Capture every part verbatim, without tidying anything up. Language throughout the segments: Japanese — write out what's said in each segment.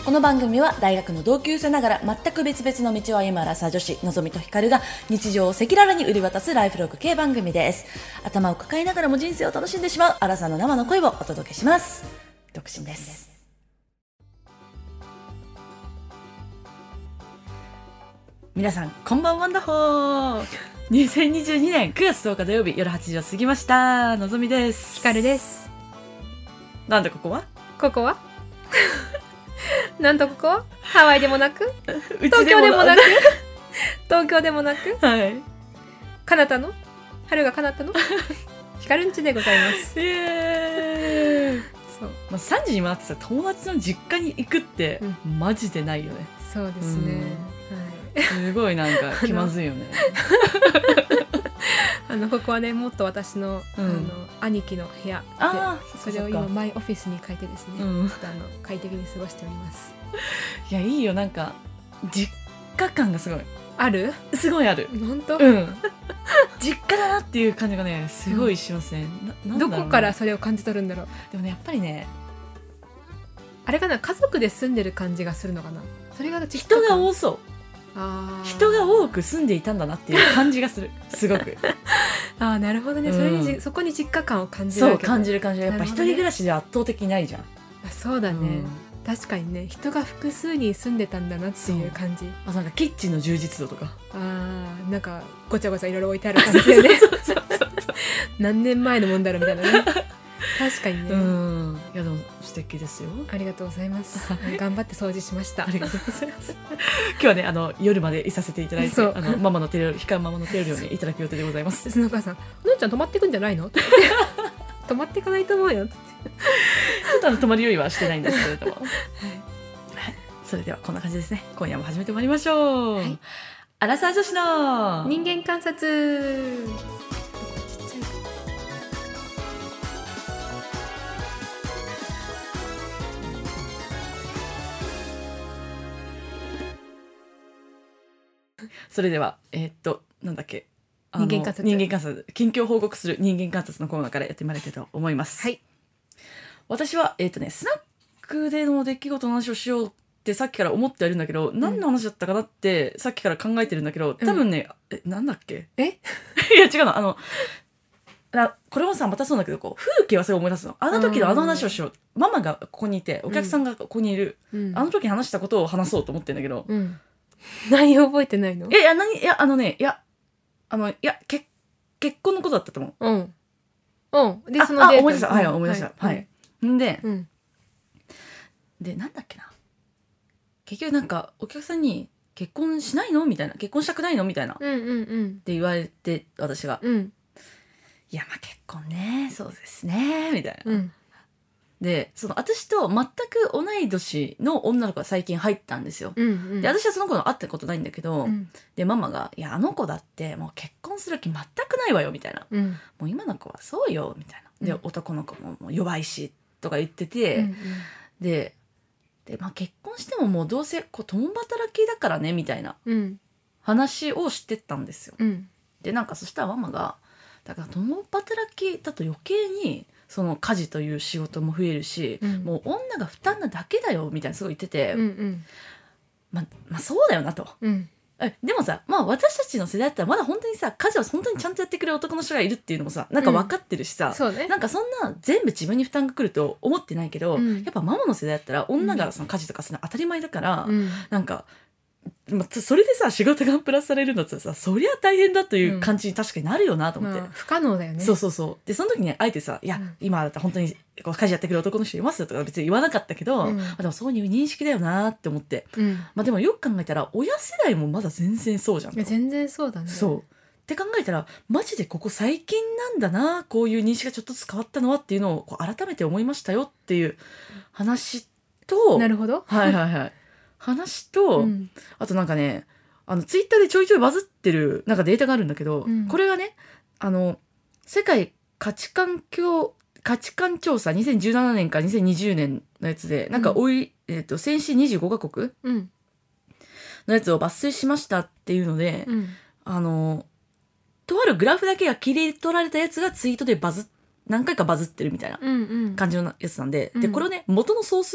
この番組は大学の同級生ながら全く別々の道を歩むアラサー女子のぞみとひかるが日常を赤裸々に売り渡すライフログ系番組です。頭を抱えながらも人生を楽しんでしまうアラサーの生の声をお届けします。独身です。皆さんこんばんワンダホー。にせんにじゅうにねんくがつとおか土曜日夜はちじを過ぎました。のぞみです。 ひかるです。 なんでここはここはなんとここはハワイでもなく東京でもなく東京でもなく、 はい、 かなたの春がかなったのひかるんちでございます。 イエーイ。そう、まあ、さんじにもなってさ友達の実家に行くって、うん、マジでないよね。 そうですね、 うん、はい、すごいなんか気まずいよねあのここはねもっと私の、うん、あの兄貴の部屋で、あそれを今マイオフィスに変えてですね、うん、ちょっとあの快適に過ごしております。 いやいいよ、なんか実家感がすごいあるすごいある。 本当、 うん、実家だなっていう感じがねすごいしますね、 うん、ななんだろうね、どこからそれを感じ取るんだろう。 でもねやっぱりねあれかな、家族で住んでる感じがするのかな。それが人が多そう。 あ人が多く住んでいたんだなっていう感じがするすごくああなるほどね、うん、それにそこに実家感を感じるわけ。そう感じる感じる。やっぱ一人暮らしで圧倒的にないじゃん。 あそうだね、うん、確かにね人が複数人住んでたんだなっていう感じ。 あなんかキッチンの充実度とかあなんかごちゃごちゃいろいろ置いてある感じでね何年前のもんだろうみたいなね確かにね。うんいやでも素敵ですよ。 ありがとうございます頑張って掃除しました。 ありがとうございます今日はねあの夜までいさせていただいてあのママの手料理ひかママの手料理を、ね、いただく予定でございます。 そのお母さんお姉ちゃん泊まってくんじゃないの泊まっていかないと思うよってちょっとあの泊まり用意はしてないんですけれども、はいはい、それではこんな感じですね。今夜も始めてまいりましょう、はい、アラサー女子の人間観察。 それではえー、っとなんだっけ人間観察人間観察近況報告する人間観察のコーナーからやってまいりたいと思います。 はい。 私はえー、っとねスナックでの出来事の話をしようってさっきから思ってはいるんだけど、うん、何の話だったかなってさっきから考えてるんだけど多分ね、うん、えなんだっけえいや違うのあのあこれもさまたそうだけどこう風景はすごい思い出すの。あの時のあの話をしよう、うん、ママがここにいてお客さんがここにいる、うん、あの時話したことを話そうと思ってるんだけど、 うん、内容覚えてないの？ いやいや何いやあのねいやあのいやけ結婚のことだったと思う。 うんうんであそのデートあ思い出した、はい思い出した、はい、はい、んで、 うん、 でなんだっけな結局なんかお客さんに結婚しないのみたいな結婚したくないのみたいな、 うんうんうん、 って言われて私が、 うん、 いやまあ結婚ねそうですねみたいな、 うん、 でその私と全く同い年の女の子が最近入ったんですよ、 うんうん、 で私はその子の会ったことないんだけど、 うん、 でママが「いやあの子だってもう結婚する気全くないわよ」みたいな、 うん、 もう今の子はそうよみたいなで、うん、男の子ももう弱いしとか言ってて、うんうん、でで、まあ、結婚してももうどうせこう共働きだからねみたいな話をしてたんですよ、 うん、 でなんかそしたらママがだから共働きだと余計にその家事という仕事も増えるし、うん、もう女が負担なだけだよみたいなすごい言ってて、 うんうん、 まあ、まあそうだよなと、 うん、 えでもさ、まあ、私たちの世代だったらまだ本当にさ家事を本当にちゃんとやってくれる男の人がいるっていうのもさなんか分かってるしさ、 うんそうね、 なんかそんな全部自分に負担が来ると思ってないけど、うん、やっぱママの世代だったら女がその家事とかするの当たり前だから、うん、なんかまあ、それでさ仕事がプラスされるのってさそりゃ大変だという感じに確かになるよなと思って、うんまあ、不可能だよね。 そうそうそうでその時にあえてさ「いや、うん、今だったら本当にこう家事やってくれる男の人います」とか別に言わなかったけど、うんまあ、でもそういう認識だよなって思って、うんまあ、でもよく考えたら親世代もまだ全然そうじゃん。 いや全然そうだね。 そうって考えたらマジでここ最近なんだなこういう認識がちょっとずつ変わったのはっていうのをこう改めて思いましたよっていう話と、 なるほどはいはいはい話と、うん、あとなんかねあのツイッターでちょいちょいバズってるなんかデータがあるんだけど、うん、これがねあの世界価値観教価値観調査にせんじゅうななねんからにせんにじゅうねんのやつでなんかおい、うんえー、と先進にじゅうごカ国のやつを抜粋しましたっていうので、うん、あのとあるグラフだけが切り取られたやつがツイートでバズ何回かバズってるみたいな感じのやつなんで、うん、でこれをね元の総数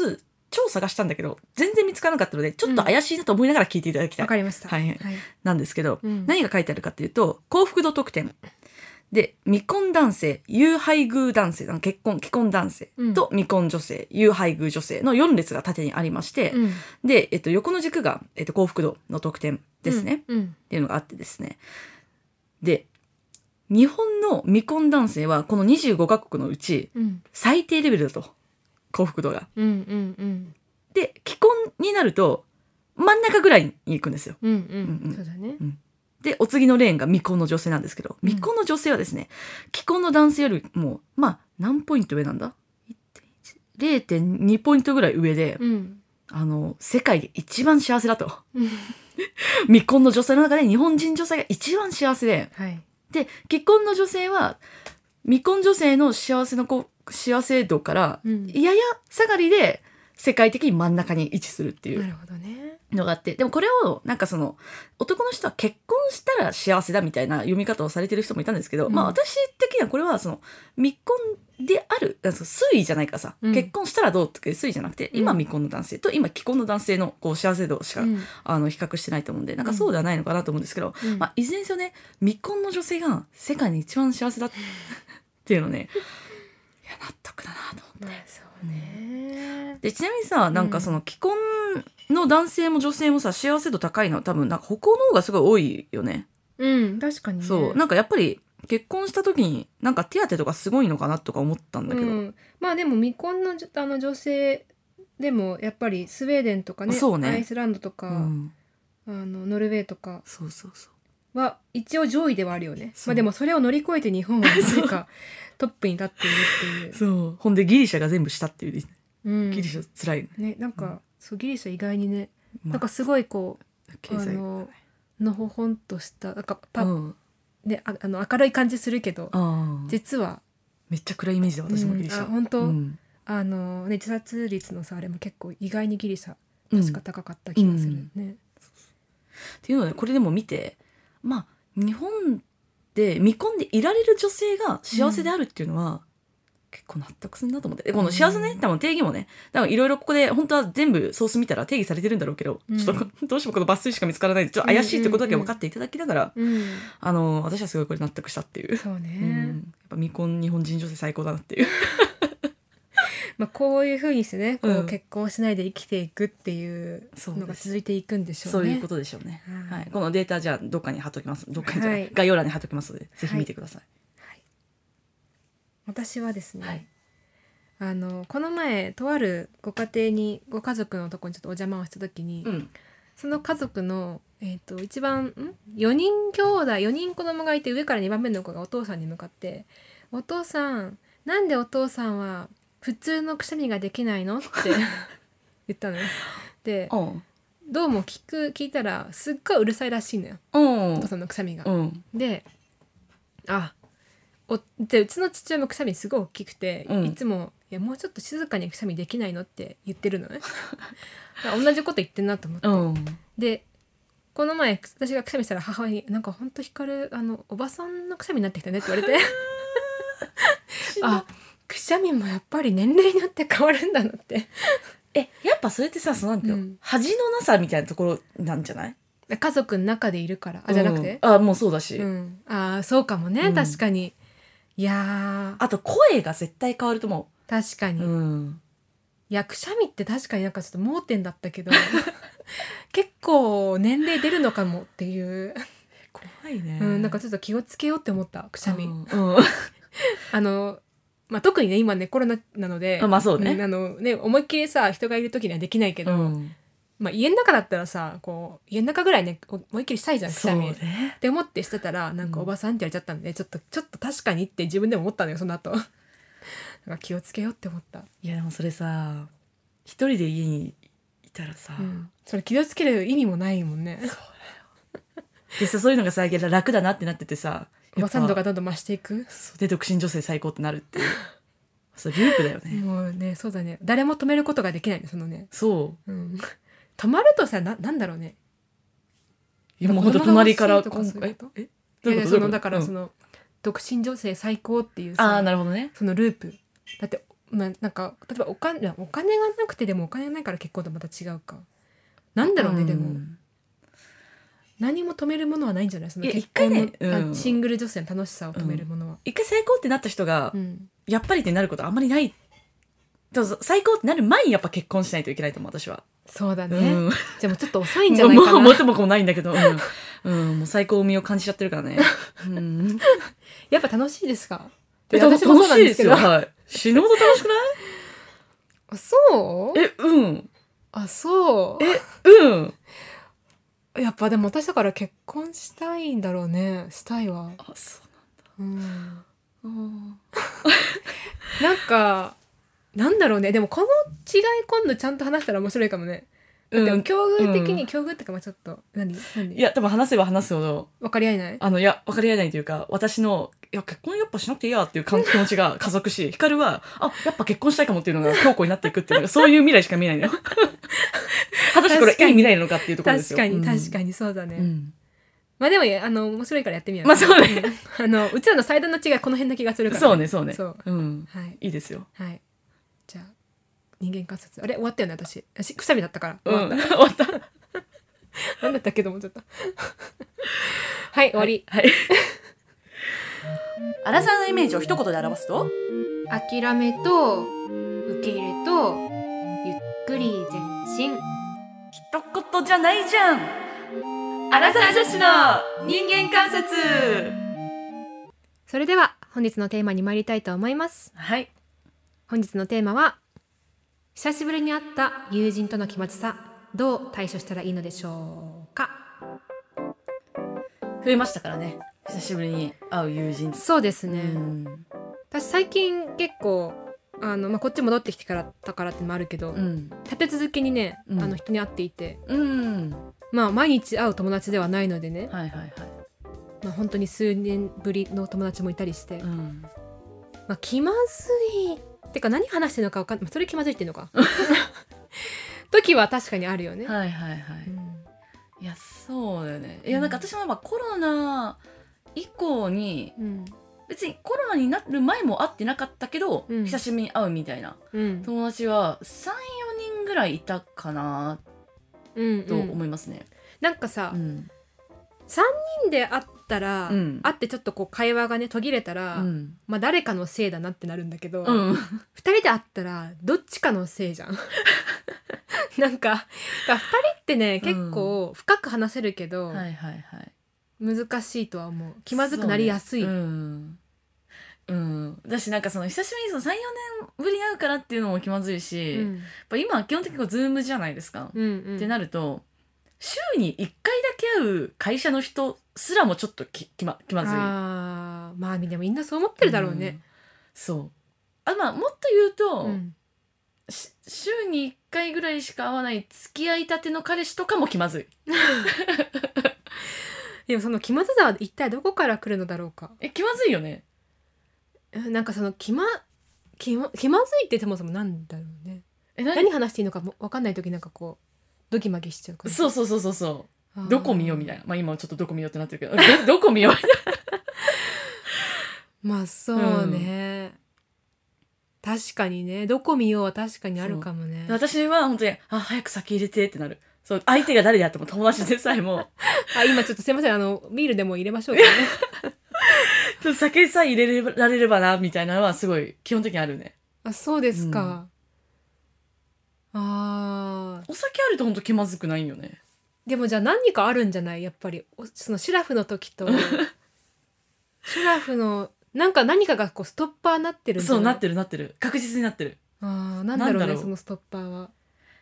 超探したんだけど全然見つからなかったのでちょっと怪しいなと思いながら聞いていただきたい。 わ、うん、かりました。 はい、はい、なんですけど、 うん、 何が書いてあるかっていうと幸福度特典で未婚男性有配偶男性結婚既婚男性と未婚女性、うん、有配偶女性のよん列が縦にありまして、うん、で、えっと、横の軸が、えっと、幸福度の特典ですね、うんうん、っていうのがあってですねで日本の未婚男性はこのにじゅうごカ国のうち最低レベルだと幸福度が、うんうんうん、で既婚になると真ん中ぐらいに行くんですよ、うんうんうんうん、そうだね、うん、でお次のレーンが未婚の女性なんですけど、うん、未婚の女性はですね既婚の男性よりもまあ何ポイント上なんだ れいてんに ポイントぐらい上で、うん、あの世界で一番幸せだと、うん、未婚の女性の中で日本人女性が一番幸せで、はい、で既婚の女性は未婚女性の幸せのこ幸せ度から、うん、やや下がりで世界的に真ん中に位置するっていうのがあって、でもこれをなんかその男の人は結婚したら幸せだみたいな読み方をされてる人もいたんですけど、うん、まあ私的にはこれはその未婚である推移じゃないからさ、うん、結婚したらどうとか推移じゃなくて、うん、今未婚の男性と今既婚の男性のこう幸せ度しか、うん、あの比較してないと思うんでなんかそうではないのかなと思うんですけど、うんまあ、いずれにせよね未婚の女性が世界に一番幸せだっていうのねいや納得だなと思って、まあそうね、でちなみにさなんかその既婚の男性も女性もさ幸せ度高いのは多分なんか北欧の方がすごい多いよね。 うん確かにね。 そうなんかやっぱり結婚した時になんか手当とかすごいのかなとか思ったんだけど、うん、 まあでも未婚 の, あの女性でもやっぱりスウェーデンとか ね, ねアイスランドとか、うん、あのノルウェーとかそうそうそうは一応上位ではあるよね。まあでもそれを乗り越えて日本は何かトップに立っているっていうそうほんでギリシャが全部下っていうですね、うん、ギリシャ辛いね, ねなんか、うん、そうギリシャ意外にね、まあ、なんかすごいこう経済あののほほんとしたなんかパッ、うんで、あ, あの明るい感じするけど実はめっちゃ暗いイメージで私もギリシャ、 うん、あ本当、うん、あのね自殺率のさあれも結構意外にギリシャ確か高かった気がするね、うんうん、 っていうのでこれでも見てまあ日本で未婚でいられる女性が幸せであるっていうのは、うん、結構納得するなと思って、この幸せね、多分定義もね多分いろいろここで本当は全部ソース見たら定義されてるんだろうけど、うん、ちょっとどうしてもこの抜粋しか見つからないんでちょっと怪しいってことだけ分かっていただきながら、うんうんうん、あの私はすごいこれ納得したっていう。 そうね、うん、 やっぱ未婚日本人女性最高だなっていうまあこういうふうにしてねこう結婚しないで生きていくっていうのが続いていくんでしょうね。 そういうことでしょうね、はいはい、このデータじゃあどっかに貼っときますどっかにじゃ、はい、概要欄に貼っときますのでぜひ見てください、はいはい、 私はですね、はいあのこの前とあるご家庭にご家族のとこにちょっとお邪魔をした時に、うん、その家族の、えー、と一番んよにん兄弟よにん子供がいて上からにばんめの子がお父さんに向かって「お父さんなんでお父さんは普通のくしゃみができないの?」って言ったのよ。でどうも聞く聞いたらすっごいうるさいらしいのよお父さんのくしゃみが。であおでうちの父親もくしゃみすごい大きくて、うん、いつもいやもうちょっと静かにくしゃみできないのって言ってるのね同じこと言ってんなと思って、うん、でこの前私がくしゃみしたら母親になんかほんと光あのおばさんのくしゃみになってきたねって言われてあくしゃみもやっぱり年齢によって変わるんだなってえやっぱそれってさそのなんていうの、うん、恥のなさみたいなところなんじゃない？ 家族の中でいるからあじゃなくて、 うん、あもうそうだし、 うん、あそうかもね、うん、確かにいやあと声が絶対変わると思う。 確かに、うん、いやくしゃみって確かになんかちょっと盲点だったけど結構年齢出るのかもっていう怖いね、 うん、なんかちょっと気をつけようって思ったくしゃみ、うんうん、あの、まあ、特にね今ねコロナなので、 まあそうね、 うん、あのね思いっきりさ人がいる時にはできないけど、うんまあ、家の中だったらさこう家の中ぐらいね思いっきりしたいじゃんくしゃみ、ね、って思ってしてたらなんかおばさんって言われちゃったんで、うん、ちょっとちょっと確かにって自分でも思ったのよその後なんか気をつけようって思った。 いやでもそれさ一人で家にいたらさ、うん、 それ気をつける意味もないもんね。そうだよでさそういうのがさ楽だなってなっててさおばさん度がどんどん増していくで独身女性最高ってなるっていうそうループだよね。 もうねそうだね誰も止めることができないのそのねそう、 うん止まるとさ な, なんだろうねいやもうほんと隣からとかそういうことえどういうことだからその、うん、独身女性最高っていうさあなるほどねそのループだってまあ、なんか例えばお金、お金がなくてでもお金がないから結婚とまた違うかなんだろうね、うん、でも何も止めるものはないんじゃない？その結婚の、ねうん、シングル女性の楽しさを止めるものは、うん、 一回最高ってなった人が、うん、やっぱりってなることあんまりない最高ってなる前にやっぱ結婚しないといけないと思う私は。 そうだね、うん、じゃあもうちょっと遅いんじゃないかな。もう元も子もないんだけど、うんうん、もう最高味を感じちゃってるからね、うん、 やっぱ楽しいですか？ え私もそうなんですけど、はい、死ぬほど楽しくない？ あそうえうんあそうえうんやっぱでも私だから結婚したいんだろうね。したいわ。 あそうなんだ、うん、 なんかなんだろうね。でもこの違い今度ちゃんと話したら面白いかもね。だって境遇的に、うん、境遇ってかまあちょっと何何いや多分話せば話すほど分かり合えないあのいや分かり合えないというか私のいや結婚やっぱしなくていいやっていう気持ちが加速し光はあやっぱ結婚したいかもっていうのが強固になっていくっていうのがそういう未来しか見えないのよ果たしてこれいい未来なのかっていうところですよ。 確かに確かにそうだね、うん、まあでもあの面白いからやってみよう。 まあそうねあのうちらの最大の違いこの辺な気がするから、 ね、そうねそうねそう、 うんはい、いいですよ。 はいじゃあ人間観察あれ終わったよね私私くしゃみだったから終わった、うん、終わった何だったっけと思っちゃったはい終わり。 はい、はいアラサーのイメージを一言で表すと諦めと受け入れとゆっくり前進。 一言じゃないじゃんアラサー女子の人間観察。 それでは本日のテーマに参りたいと思います。 はい、 本日のテーマは久しぶりに会った友人との気まずさどう対処したらいいのでしょうか。 増えましたからね久しぶりに会う友人。 そうですね、うん、私最近結構あの、まあ、こっち戻ってきてからだからってのもあるけど、うん、立て続けにね、うん、あの人に会っていて、うん、まあ毎日会う友達ではないのでね、はいはいはいまあ、本当に数年ぶりの友達もいたりして、うんまあ、気まずいってか何話してるのか分かんない、まあ、それ気まずいっていうのか時は確かにあるよね。 はいはいはい、うん、いやそうだよね。いやなんか私もやっぱコロナ以降に、うん、別にコロナになる前も会ってなかったけど、うん、久しぶりに会うみたいな、うん、友達は さんよにんぐらいいたかなと思いますね、うんうん、 なんかさ、うん、さんにんで会ったら、うん、会ってちょっとこう会話がね途切れたら、うんまあ、誰かのせいだなってなるんだけど、うん、ふたりで会ったらどっちかのせいじゃんなんかふたりってね結構深く話せるけど、うんはいはいはい、難しいとは思う。気まずくなりやすい。う、ねうんうん、だしなんかその久しぶりにそのさんよねんぶりに会うからっていうのも気まずいし、うん、やっぱ今は基本的にズームじゃないですか、うんうん、ってなると週にいっかいだけ会う会社の人すらもちょっと 気, 気, ま, 気まずい。 あまあでもみんなそう思ってるだろうね、うん、 そうあまあもっと言うと、うん、週にいっかいぐらいしか会わない付き合いたての彼氏とかも気まずいでもその気まずさは一体どこから来るのだろうか。 え気まずいよね。 なんかその気ま気ま気まずいってそもそもなんだろうね。え 何, 何話していいのかも分かんない時なんかこうドギマギしちゃうから。 そうそうそうそうそうどこ見ようみたいな。まあ今ちょっとどこ見ようってなってるけど ど, どこ見ようまあそうね、うん、確かにねどこ見ようは確かにあるかもね。 私は本当にあ早く先入れてってなる。そう相手が誰であっても友達でさえもあ今ちょっとすいませんあのビールでも入れましょうかねちょっと酒さえ入れられればなみたいなのはすごい基本的にあるね。 あそうですか、うん、あお酒あると本当気まずくないよね。 でもじゃあ何かあるんじゃないやっぱりそのシラフの時とシラフのなんか何かがこうストッパーになってるんじゃない。 そうなってるなってる確実になってる。 あなんだろうねそのストッパーは。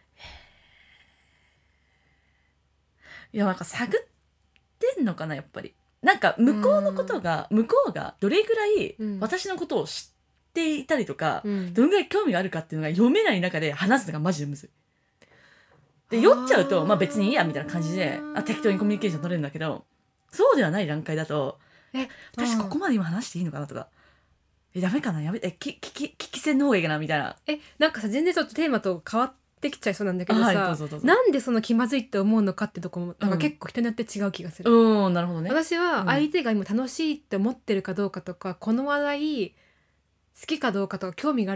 いやなんか探ってんのかなやっぱり。なんか向こうのことが、うん、向こうがどれぐらい私のことを知っていたりとか、うん、どのぐらい興味があるかっていうのが読めない中で話すのがマジでむずい。で酔っちゃうとまあ別にいいやみたいな感じであ適当にコミュニケーション取れるんだけどそうではない段階だとえ私ここまで今話していいのかなとかえダメかなやめえ聞き聞き戦の方がいいかなみたいな。 えなんかさ全然ちょっとテーマと変わってきちゃいそうなんだけどさ、はい、どうぞどうぞ。なんでその気まずいって思うのかってとこもなんか結構人によって違う気がする。 うん、なるほどね。 私は相手が今楽しいって思ってるかどうかとか、うん、この話題好きかどうかとか興味があるかって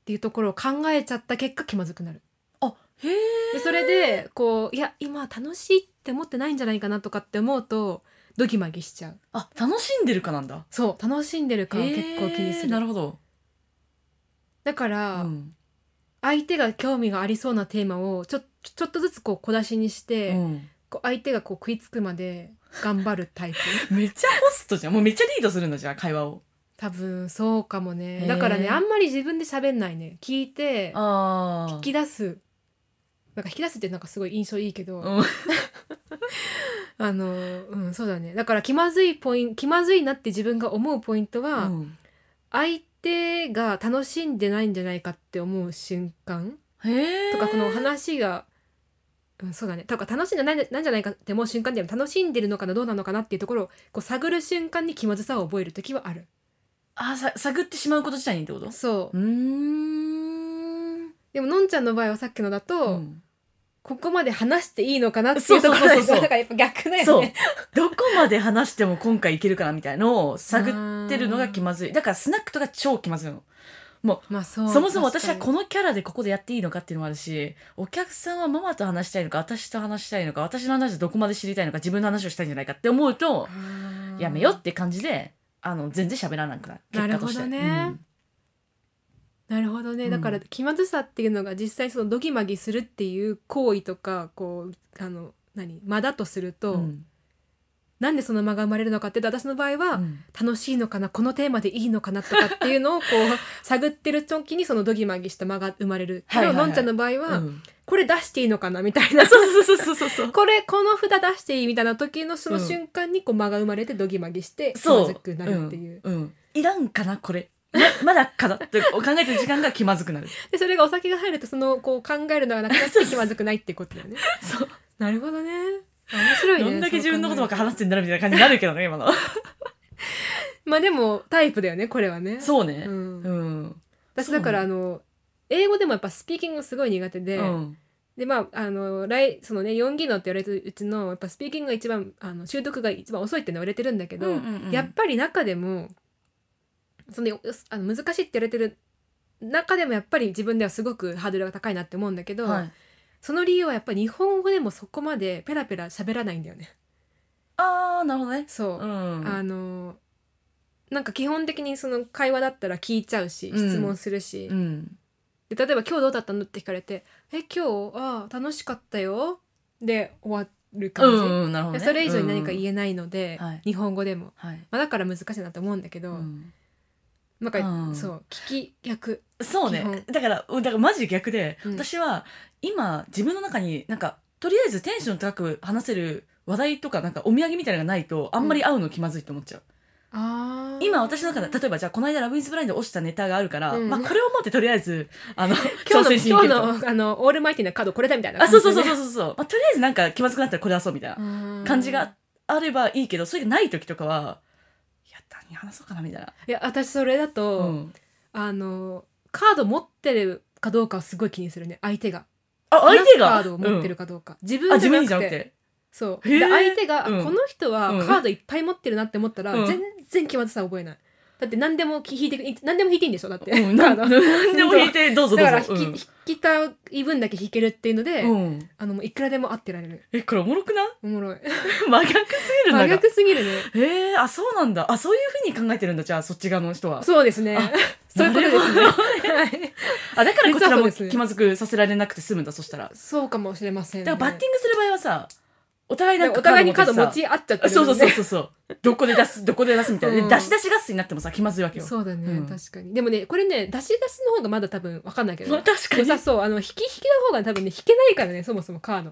っていうところを考えちゃった結果気まずくなる。 あ、へえ。 でそれでこういや今楽しいって思ってないんじゃないかなとかって思うとドギマギしちゃう。 あ、楽しんでるかなんだ。 そう楽しんでるかを結構気にする。 なるほど。 だから、 うん、 相手が興味がありそうなテーマをちょちょっとずつこう小出しにして、うん、こう相手がこう食いつくまで頑張るタイプめっちゃホストじゃん。もうめっちゃリードするんだじゃあ会話を。 多分そうかもね。だからねあんまり自分で喋んないね。聞いて引き出す。なんか引き出すってなんかすごい印象いいけど、うん、あのうんそうだね。だから気まずいポイント気まずいなって自分が思うポイントは、うん、相手が楽しんでないんじゃないかって思う瞬間とかこの話が、うん、そうだね。とか楽しんでないなんじゃないかって思う瞬間でも楽しんでるのかなどうなのかなっていうところをこう探る瞬間に気まずさを覚える時はある。 あさ探ってしまうこと自体にってこと？ そう。 うーん。 でものんちゃんの場合はさっきのだと、うん、ここまで話していいのかなっていうところだからやっぱ逆だよね。 そうどこまで話しても今回いけるかなみたいなのを探ってるのが気まずい。だからスナックとか超気まずいの。もう、まあ、そうそもそも私はこのキャラでここでやっていいのかっていうのもあるし、お客さんはママと話したいのか私と話したいのか私の話をどこまで知りたいのか自分の話をしたいんじゃないかって思うとやめよって感じであの全然喋らなくなる。結果として。 なるほどね、うん、なるほどね。だから気まずさっていうのが実際そのドギマギするっていう行為とかこうあの何間だとすると、うん、なんでその間が生まれるのかって私の場合は、うん、楽しいのかなこのテーマでいいのかなとかっていうのをこう探ってる時にそのドギマギした間が生まれる。けどのんちゃんの場合は、うん、これ出していいのかなみたいなそうそうそうそうそうこれこの札出していいみたいな時のその瞬間にこう間が生まれてドギマギして気まずくなるっていう、 うんうん、いらんかなこれま, まだかなって考えてる時間が気まずくなるでそれがお酒が入るとそのこう考えるのがなくなって気まずくないってことだよねそうなるほどね。面白いね。 どんだけ自分のことばっか話してんだろみたいな感じになるけどね今のまあでもタイプだよねこれはね。 そうね、うんうん、私だからあの英語でもやっぱスピーキングすごい苦手で、うん、でまああの来そのねよん技能って言われてるうちのやっぱスピーキングが一番あの習得が一番遅いって言われてるんだけど、うんうんうん、やっぱり中でもそのあの難しいって言われてる中でもやっぱり自分ではすごくハードルが高いなって思うんだけど、はい、その理由はやっぱり日本語でもそこまでペラペラ喋らないんだよね。 あーなるほどね。 そう、うん、あのなんか基本的にその会話だったら聞いちゃうし、うん、質問するし、うん、で例えば今日どうだったのって聞かれてえ今日あ楽しかったよで終わる感じ、うんうんなるほどね、それ以上に何か言えないので、うん、日本語でも、はいまあ、だから難しいなと思うんだけど、うんなんか、うん、そう聞き逆そうねだからだからマジ逆で、うん、私は今自分の中になんかとりあえずテンション高く話せる話題とかなんかお土産みたいなのがないとあんまり会うの気まずいと思っちゃう、うん、あ今私の中で例えばじゃあこの間ラブイズブラインドで押したネタがあるから、うんまあ、これを持ってとりあえずあの今日の今日のあのオールマイティなカードこれだみたいな感じで、ね、あそうそうそうそうそう、まあ、とりあえずなんか気まずくなったらこれ出そうみたいな感じがあればいいけどそれがない時とかはいや何話そうかなみたいな。 いや私それだと、うんあのカード持ってるかどうかをすごい気にするね相手が。 あ相手がカードを持ってるかどうか、うん、自分じゃなくて、じゃなくてそうで相手が、うん、この人はカードいっぱい持ってるなって思ったら、うん、全然気まずさ覚えない。だって何でも引いて何でも引いていいんでしょだって、うん、何でも引いてどうぞどうぞだから引き、うん、引きたい分だけ引けるっていうので、うん、あのもういくらでも合ってられる。 えこれおもろくない？ おもろい真逆すぎる真逆すぎるね。 えー、あそうなんだ。あそういう風に考えてるんだ。じゃあそっち側の人は。 そうですねそういうことですねあだからこちらも気まずくさせられなくて済むんだ。そしたらそうかもしれませんね。 だからバッティングする場合はさお互いなんかお互いにカード持ち合っちゃってる、ね、 そうそうそうそうそうどこで出すどこで出すみたいな、うん、出し出し合戦になってもさ気まずいわけよ。 そうだね、うん、確かに。でもねこれね出し出しの方がまだ多分分かんないけど、まあ、 確かにさそうあの引き引きの方が多分ね引けないからねそもそもカード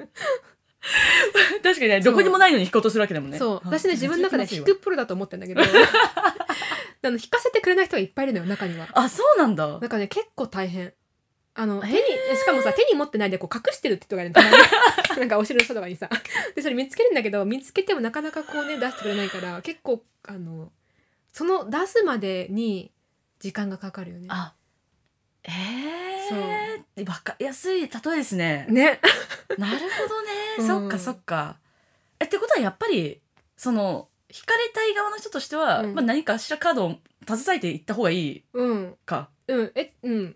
確かにねどこにもないのに引こうとするわけだもんね。 そう私ね自分の中で引くプロだと思ってんだけどあの引かせてくれない人がいっぱいいるのよ中には。 あそうなんだ。 なんかね結構大変。あの手にしかもさ手に持ってないでこう隠してるって人がいるたまになんかお城の人とかにさでそれ見つけるんだけど見つけてもなかなかこうね出してくれないから結構あのその出すまでに時間がかかるよね。 あえー、そう分かりやすい例えですね。 ねなるほどね、うん、そっかそっか。えってことはやっぱりその引かれたい側の人としては、うんまあ、何かしらカードを携えていった方がいいか。 うん、うん、えうん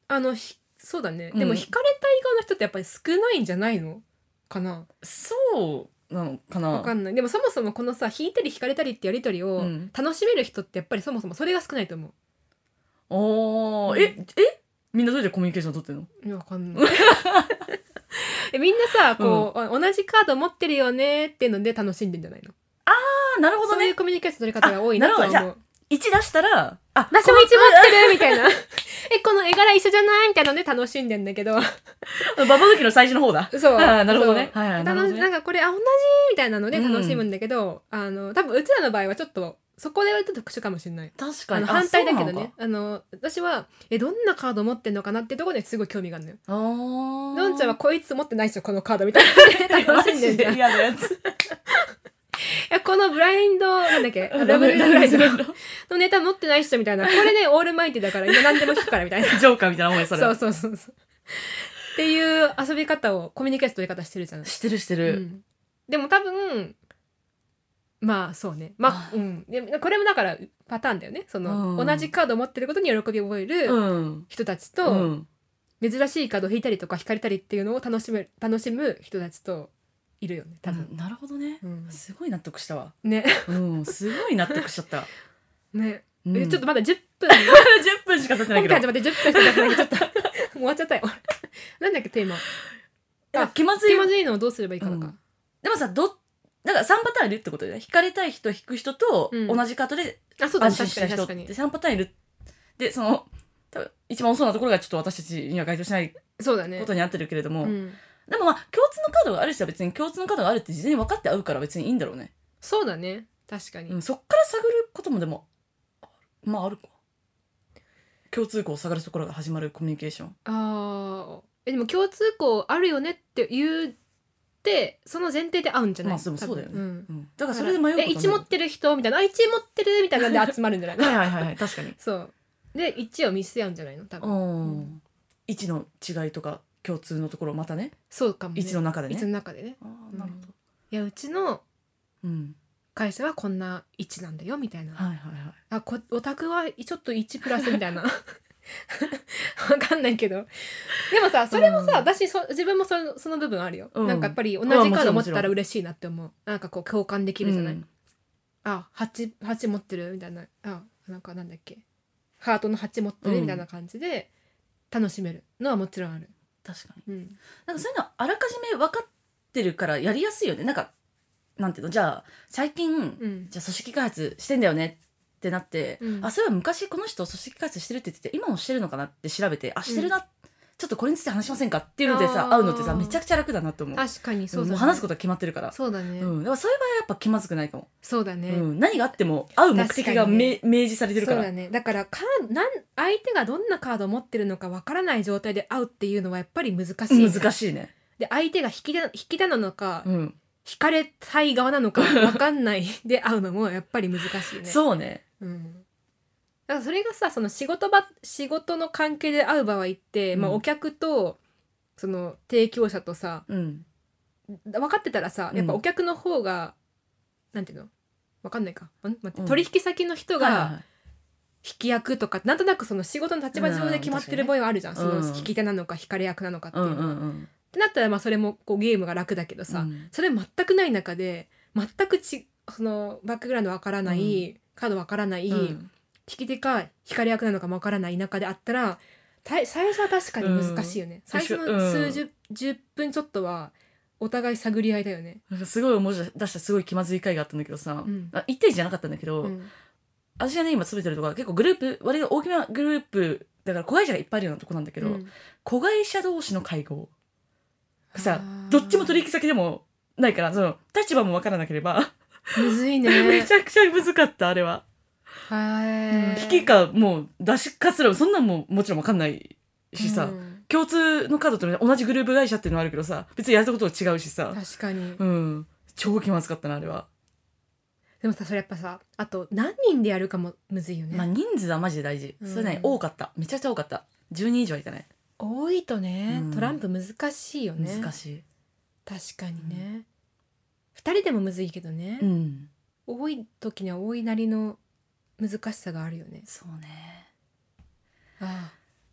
あのそうだね、うん、でも惹かれたい側の人ってやっぱり少ないんじゃないのかな。 そうなのかな、 わかんない。でもそもそもこのさ引いたり惹かれたりってやり取りを楽しめる人ってやっぱりそもそもそれが少ないと思う。 おー、うん、ええみんなどうやってコミュニケーション取ってんの？ いやわかんないえみんなさこう、うん、同じカード持ってるよねっていうので楽しんでんじゃないの？ あーなるほどね。 そういうコミュニケーション取り方が多いなとは思う。 いち出したら、 あ、私もいち持ってるみたいなえ、この絵柄一緒じゃないみたいなので楽しんでんだけどババ抜きの最初の方だ。 そう。 あ、なるほどね。はいはい、なるほどね。 なんかこれ、あ、同じみたいなので楽しむんだけど、うん、あの、多分うちらの場合はちょっと、そこで言われると特殊かもしれない。 確かに。 あの反対だけどね。あの、私は、え、どんなカード持ってんのかなっていうところですごい興味があるのよ。あー。のんちゃんはこいつ持ってないっしょ、このカードみたいな楽しんでんじゃん。嫌なやつ。いやこのブラインドなんだっけラブリーブラインドのネタ持ってないっしょみたいなこれねオールマイティだから今何でも引くからみたいなジョーカーみたいなもんやそれ。 そうそうそうそうっていう遊び方をコミュニケーション取り方してるじゃん。 してるしてる、うん、 でも多分まあそうねまあうんでこれもだからパターンだよね。その、うん、同じカードを持ってることに喜びを覚える人たちと、うん、珍しいカードを引いたりとか引かれたりっていうのを楽しむ楽しむ人たちといるよね多分、 うん、なるほどね、うん、すごい納得したわね、 うん、すごい納得しちゃったね、うん、えちょっとまだじゅっぷんじゅっぷんしか経ってないけど今回始まってじゅっぷんしか経ってないけどちょっともう終わっちゃったよなんだっけテーマあ気まずい気まずいのをどうすればいいかなか、うん、 でもさどだからさんパターンいるってことで、ね、引かれたい人引く人と同じカードで安心した人ってさんパターンいるでその多分一番遅そうなところがちょっと私たちには該当しないことになってるけれども、うん、でもまあ共通のカードがある人は別に共通のカードがあるって事前に分かって会うから別にいいんだろうね。 そうだね確かに、 うん、そっから探ることもでもまああるか共通項を探るところが始まるコミュニケーション。 あえでも共通項あるよねって言ってその前提で会うんじゃない？ まあでもそうだよね、うんうん、 だからそれで迷うことえいち持ってる人みたいなあいち持ってるみたいなんで集まるんじゃないのはいはいはい、はい、確かにそうでいちを見せ合うんじゃないの多分、うん、 いちの違いとか共通のところまたねそうかもねいちの中でねいちの中でねあなるほど、うん、いやうちの会社はこんないちなんだよみたいな、 はいはいはい、 あこオタクはちょっといちプラスみたいなわかんないけどでもさそれもさ、うん、私そ自分も そ, その部分あるよ、うん、なんかやっぱり同じカード持ってたら嬉しいなって思う。なんかこう共感できるじゃない、うん、あ 8, 8持ってるみたいなあなんかなんだっけハートのはち持ってるみたいな感じで楽しめるのはもちろんある。 確かに、うん、なんかそういうのあらかじめ分かってるからやりやすいよね。なんかなんていうのじゃあ最近、うん、じゃあ組織開発してんだよねってなって、うん、あそういえば昔この人組織開発してるって言ってて今もしてるのかなって調べてあしてるな、うん、ちょっとこれについて話しませんかっていうのでさ会うのってさめちゃくちゃ楽だなと思う。 確かにそうだ、ね、もう話すことは決まってるからそうだね、 うん、だからそういう場合はやっぱ気まずくないかも。そうだね、うん、何があっても会う目的が、ね、明示されてるからそうだね。だからかなん相手がどんなカードを持ってるのかわからない状態で会うっていうのはやっぱり難しい、 ね、難しいね。 で相手が引きだ引きだなのか、うん惹かれたい側なのか分かんないで会うのもやっぱり難しいね。 そうね、 うん、だからそれがさその仕事場仕事の関係で会う場合って、うんまあ、お客とその提供者とさ、うん、分かってたらさやっぱお客の方が、うん、なんていうの分かんないか、ん待って、うん、取引先の人が引き役とか、うん、なんとなくその仕事の立場上で決まってる場合はあるじゃん、うん、その引き手なのか引かれ役なのかっていうのは。うんうんうんってなったらまあそれもこうゲームが楽だけどさ、うん、それ全くない中で全くちそのバックグラウンドわからない、うん、カードわからない、うん、引き手か引かれ役なのかもわからない中であったら最初は確かに難しいよね、うん、最初の数十、うん、じゅっぷんちょっとはお互い探り合いだよね。 なんかすごい思い出したすごい気まずい回があったんだけどさ、うん、あいち対いちじゃなかったんだけど、うん、私がね今勤めてるとこは結構グループ割と大きなグループだから子会社がいっぱいいるようなとこなんだけど、うん、子会社同士の会合さどっちも取引先でもないからその立場も分からなければむずいねめちゃくちゃむずかったあれは。へ引きかもう出しかすらそんなんももちろん分かんないしさ、うん、共通のカードと同じグループ会社っていうのはあるけどさ別にやることは違うしさ確かに、 うん、超気まずかったなあれは。 でもさそれやっぱさあと何人でやるかもむずいよね。 まあ人数はマジで大事、うん、それね多かっためちゃくちゃ多かったじゅうにん以上はいたね。 多いとね、うん、トランプ難しいよね。 難しい確かにね、うん、ふたりでもむずいけどね、うん、多い時には多いなりの難しさがあるよね。 そうね。 ああ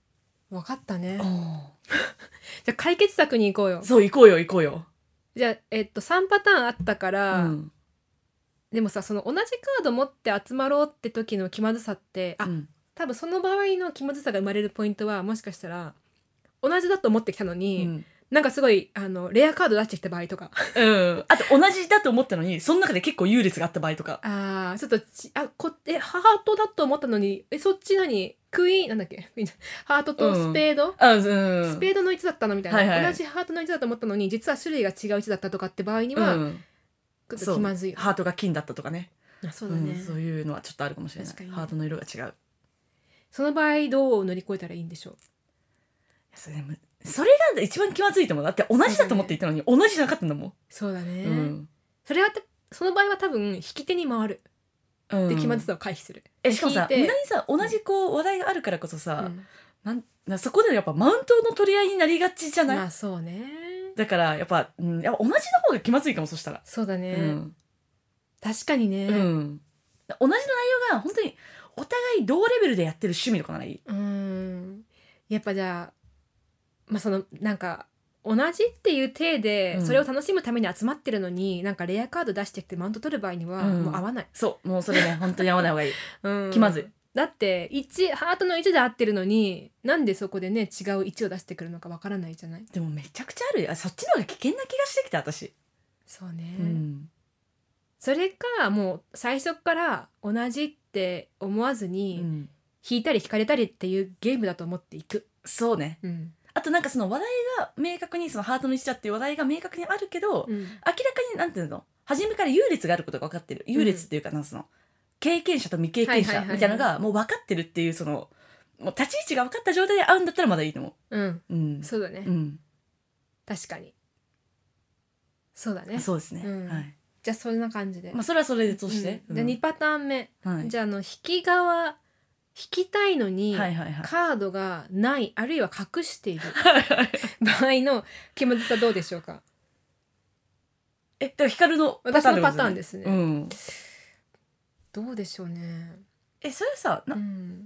分かったね。じゃあ解決策に行こうよ。 そう行こうよ行こうよ。 じゃあえっとさんパターンあったから、うん、でもさその同じカード持って集まろうって時の気まずさってあ、うん、多分その場合の気まずさが生まれるポイントはもしかしたら同じだと思ってきたのに、うん、なんかすごいあのレアカード出してきた場合とか、 うん、あと同じだと思ったのにその中で結構優劣があった場合とか、 あちょっとあこえハートだと思ったのにえそっち何クイーンなんだっけハートとスペード、うんうん、スペードのいちだったのみたいな、はいはい、同じハートのいちだと思ったのに実は種類が違ういちだったとかって場合には、うん、ちょっと気まずい。 ハートが金だったとかね。 あそうだね、 うん、そういうのはちょっとあるかもしれない。ハートの色が違う。 その場合どう乗り越えたらいいんでしょう。 それそれが一番気まずいと思う。だって同じだと思っていたのに、ね、同じじゃなかったんだもん。 そうだね、うん、それはその場合は多分引き手に回る、うん、で気まずさを回避する。 えしかもさ無駄にさ同じこう話題があるからこそさ、うん、なんなそこでやっぱマウントの取り合いになりがちじゃない。 まあそうね。 だからやっぱ、うん、やっぱ同じの方が気まずいかも。そしたらそうだね、うん、確かにね、うん、 同じの内容が本当にお互い同レベルでやってる趣味とかならいい。 うんやっぱじゃあまあそのなんか同じっていう体でそれを楽しむために集まってるのに、うん、なんかレアカード出してきてマウント取る場合にはもう合わない、うん、 そうもうそれね本当に合わない方がいい、うん、気まずい。 だっていちハートのいちで合ってるのになんでそこでね違ういちを出してくるのかわからないじゃない。 でもめちゃくちゃあるよ。そっちの方が危険な気がしてきた私。 そうね、うん、それかもう最初から同じって思わずに、うん、引いたり引かれたりっていうゲームだと思っていく。 そうね、うん、あとなんかその話題が明確にそのハートのいちだっていう話題が明確にあるけど、うん、明らかになんていうの初めから優劣があることが分かってる。優劣っていうかなんその経験者と未経験者みたいなのがもう分かってるっていうそのもう立ち位置が分かった状態で会うんだったらまだいいと思う。うん、 うん、そうだね、うん、確かにそうだね。 そうですね、 うん、 はい。 じゃあそんな感じで、 まあそれはそれでとして、 うん、じゃあにパターン目、はい、じゃああの引き側引きたいのにカードがない、はいはいはい、あるいは隠している場合の気まずさどうでしょうか。 えだから光のパターン、 私のパターンですね、うん、どうでしょうね。 えそれさな、 うん、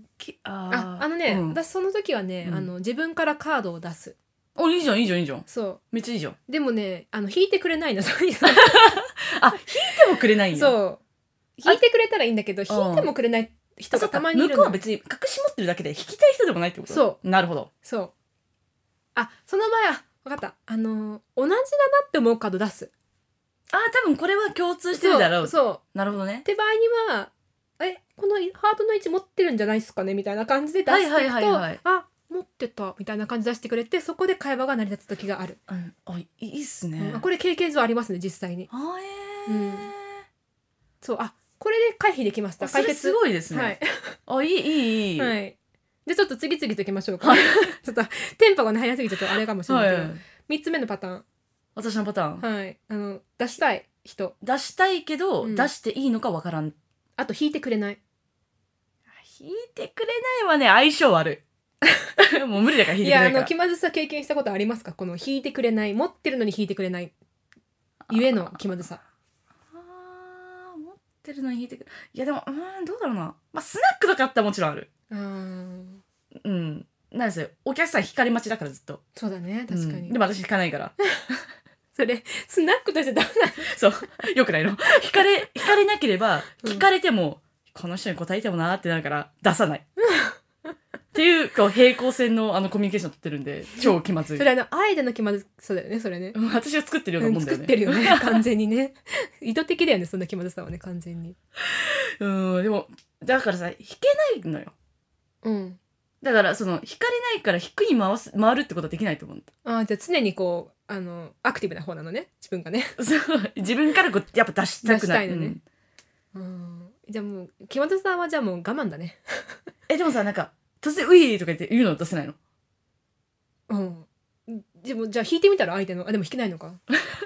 きあああのね、うん、私その時はね、うん、あの自分からカードを出す。 おいいじゃんいいじゃんいいじゃん。 そうめっちゃいいじゃん。 でもねあの引いてくれないのそういうあ引いてもくれないんや。 そう引いてくれたらいいんだけど引いてもくれない人がたまにいるの。 向こうは別に隠し持ってるだけで引きたい人でもないってこと。 そうなるほど。 そうあその場合は分かった。あの同じだなって思うカード出す。 あ多分これは共通してるだろう。 そうそうなるほどね。 って場合にはえこのハートの位置持ってるんじゃないですかねみたいな感じで出していくと、はいはいはいはい、あ持ってたみたいな感じで出してくれてそこで会話が成り立つ時がある、 うん、あいいっすね、 うん、これ経験上ありますね実際に。 あえー、うん、 そうあこれで回避できました。解決それすごいですね、はい、あいいいいいい、 はい、じゃあちょっと次々といきましょうかちょっとテンポがね早すぎちゃうとあれかもしれないけど、はい、みっつめのパターン。 私のパターン、 はい、あの出したい人出したいけど、うん、出していいのかわからん。 あと引いてくれない。 引いてくれないはね相性悪いもう無理だから引いてくれないから。 いやあの気まずさ経験したことありますか。この引いてくれない持ってるのに引いてくれないゆえの気まずさ。 あ持ってるのに引いてくる。いやでもうんどうだろうな。まあスナックとかあったらもちろんある。あうんなんですよお客さん引かれ待ちだからずっと。 そうだね確かに、 うん、でも私引かないからそれスナックとしてダメなのそうよくないの引かれ引かれなければ聞かれても、うん、この人に答えてもなーってなるから出さないっていうこう平行線のあのコミュニケーション取ってるんで超気まずい。 それあのあえての気まずさだよねそれね。 私が作ってるようなもんだよね、 うん、作ってるよね完全にね意図的だよねそんな気まずさはね完全に。 うんでもだからさ引けないのよ。うんだからその引かれないから引くに回す回るってことはできないと思うんだ。 あじゃあ常にこうあのアクティブな方なのね自分がねそう自分からこうやっぱ出したくない。 出したいのね、うん、うんじゃあもう気まずさはじゃあもう我慢だねえでもさなんか突然ウィーとか言って言うの出せないの。 うんでもじゃあ引いてみたら相手のあでも引けないのか